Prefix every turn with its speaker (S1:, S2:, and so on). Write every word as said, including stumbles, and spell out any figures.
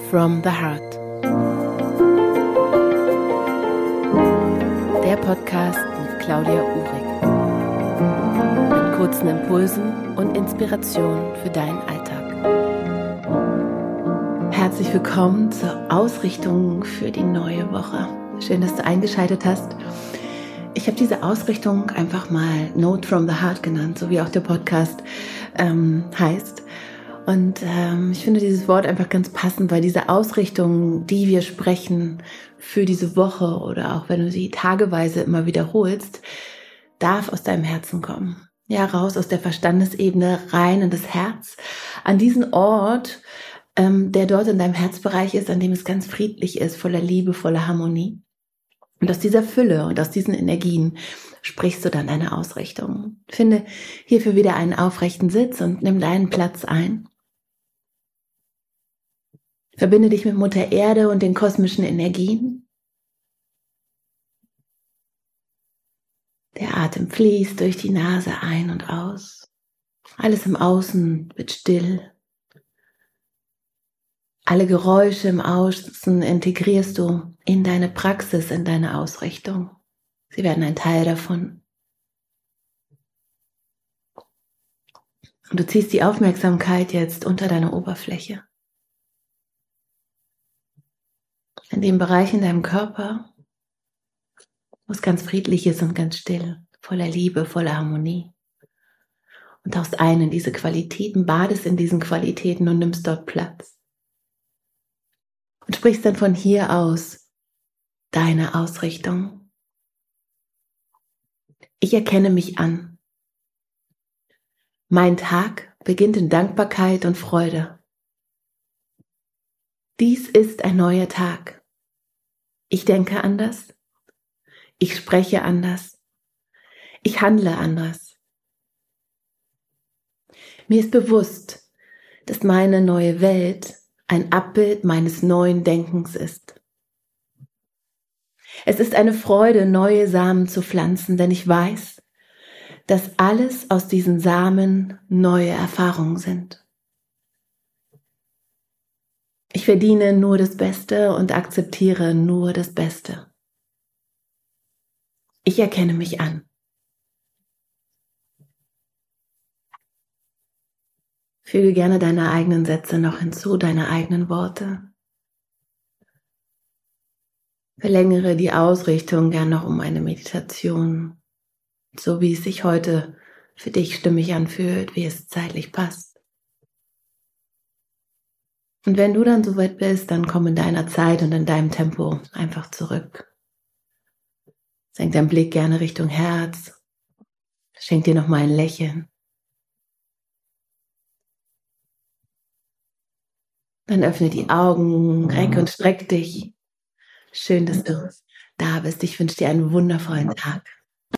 S1: from the Heart. Der Podcast mit Claudia Uhrig. Mit kurzen Impulsen und Inspirationen für deinen Alltag. Herzlich willkommen zur Ausrichtung für die neue Woche. Schön, dass du eingeschaltet hast. Ich habe diese Ausrichtung einfach mal Note from the Heart genannt, so wie auch der Podcast ähm, heißt. Und ähm, ich finde dieses Wort einfach ganz passend, weil diese Ausrichtung, die wir sprechen für diese Woche oder auch wenn du sie tageweise immer wiederholst, darf aus deinem Herzen kommen. Ja, raus aus der Verstandesebene, rein in das Herz, an diesen Ort, ähm, der dort in deinem Herzbereich ist, an dem es ganz friedlich ist, voller Liebe, voller Harmonie. Und aus dieser Fülle und aus diesen Energien sprichst du dann deine Ausrichtung. Finde hierfür wieder einen aufrechten Sitz und nimm deinen Platz ein. Verbinde dich mit Mutter Erde und den kosmischen Energien. Der Atem fließt durch die Nase ein und aus. Alles im Außen wird still. Alle Geräusche im Außen integrierst du in deine Praxis, in deine Ausrichtung. Sie werden ein Teil davon. Und du ziehst die Aufmerksamkeit jetzt unter deine Oberfläche. In dem Bereich in deinem Körper, wo es ganz friedlich ist und ganz still, voller Liebe, voller Harmonie. Und tauchst ein in diese Qualitäten, badest in diesen Qualitäten und nimmst dort Platz. Und sprichst dann von hier aus deine Ausrichtung. Ich erkenne mich an. Mein Tag beginnt in Dankbarkeit und Freude. Dies ist ein neuer Tag. Ich denke anders. Ich spreche anders. Ich handle anders. Mir ist bewusst, dass meine neue Welt ein Abbild meines neuen Denkens ist. Es ist eine Freude, neue Samen zu pflanzen, denn ich weiß, dass alles aus diesen Samen neue Erfahrungen sind. Ich verdiene nur das Beste und akzeptiere nur das Beste. Ich erkenne mich an. Füge gerne deine eigenen Sätze noch hinzu, deine eigenen Worte. Verlängere die Ausrichtung gern noch um eine Meditation, so wie es sich heute für dich stimmig anfühlt, wie es zeitlich passt. Und wenn du dann soweit bist, dann komm in deiner Zeit und in deinem Tempo einfach zurück. Senk deinen Blick gerne Richtung Herz. Schenk dir nochmal ein Lächeln. Dann öffne die Augen, reck und streck dich. Schön, dass du da bist. Ich wünsche dir einen wundervollen Tag.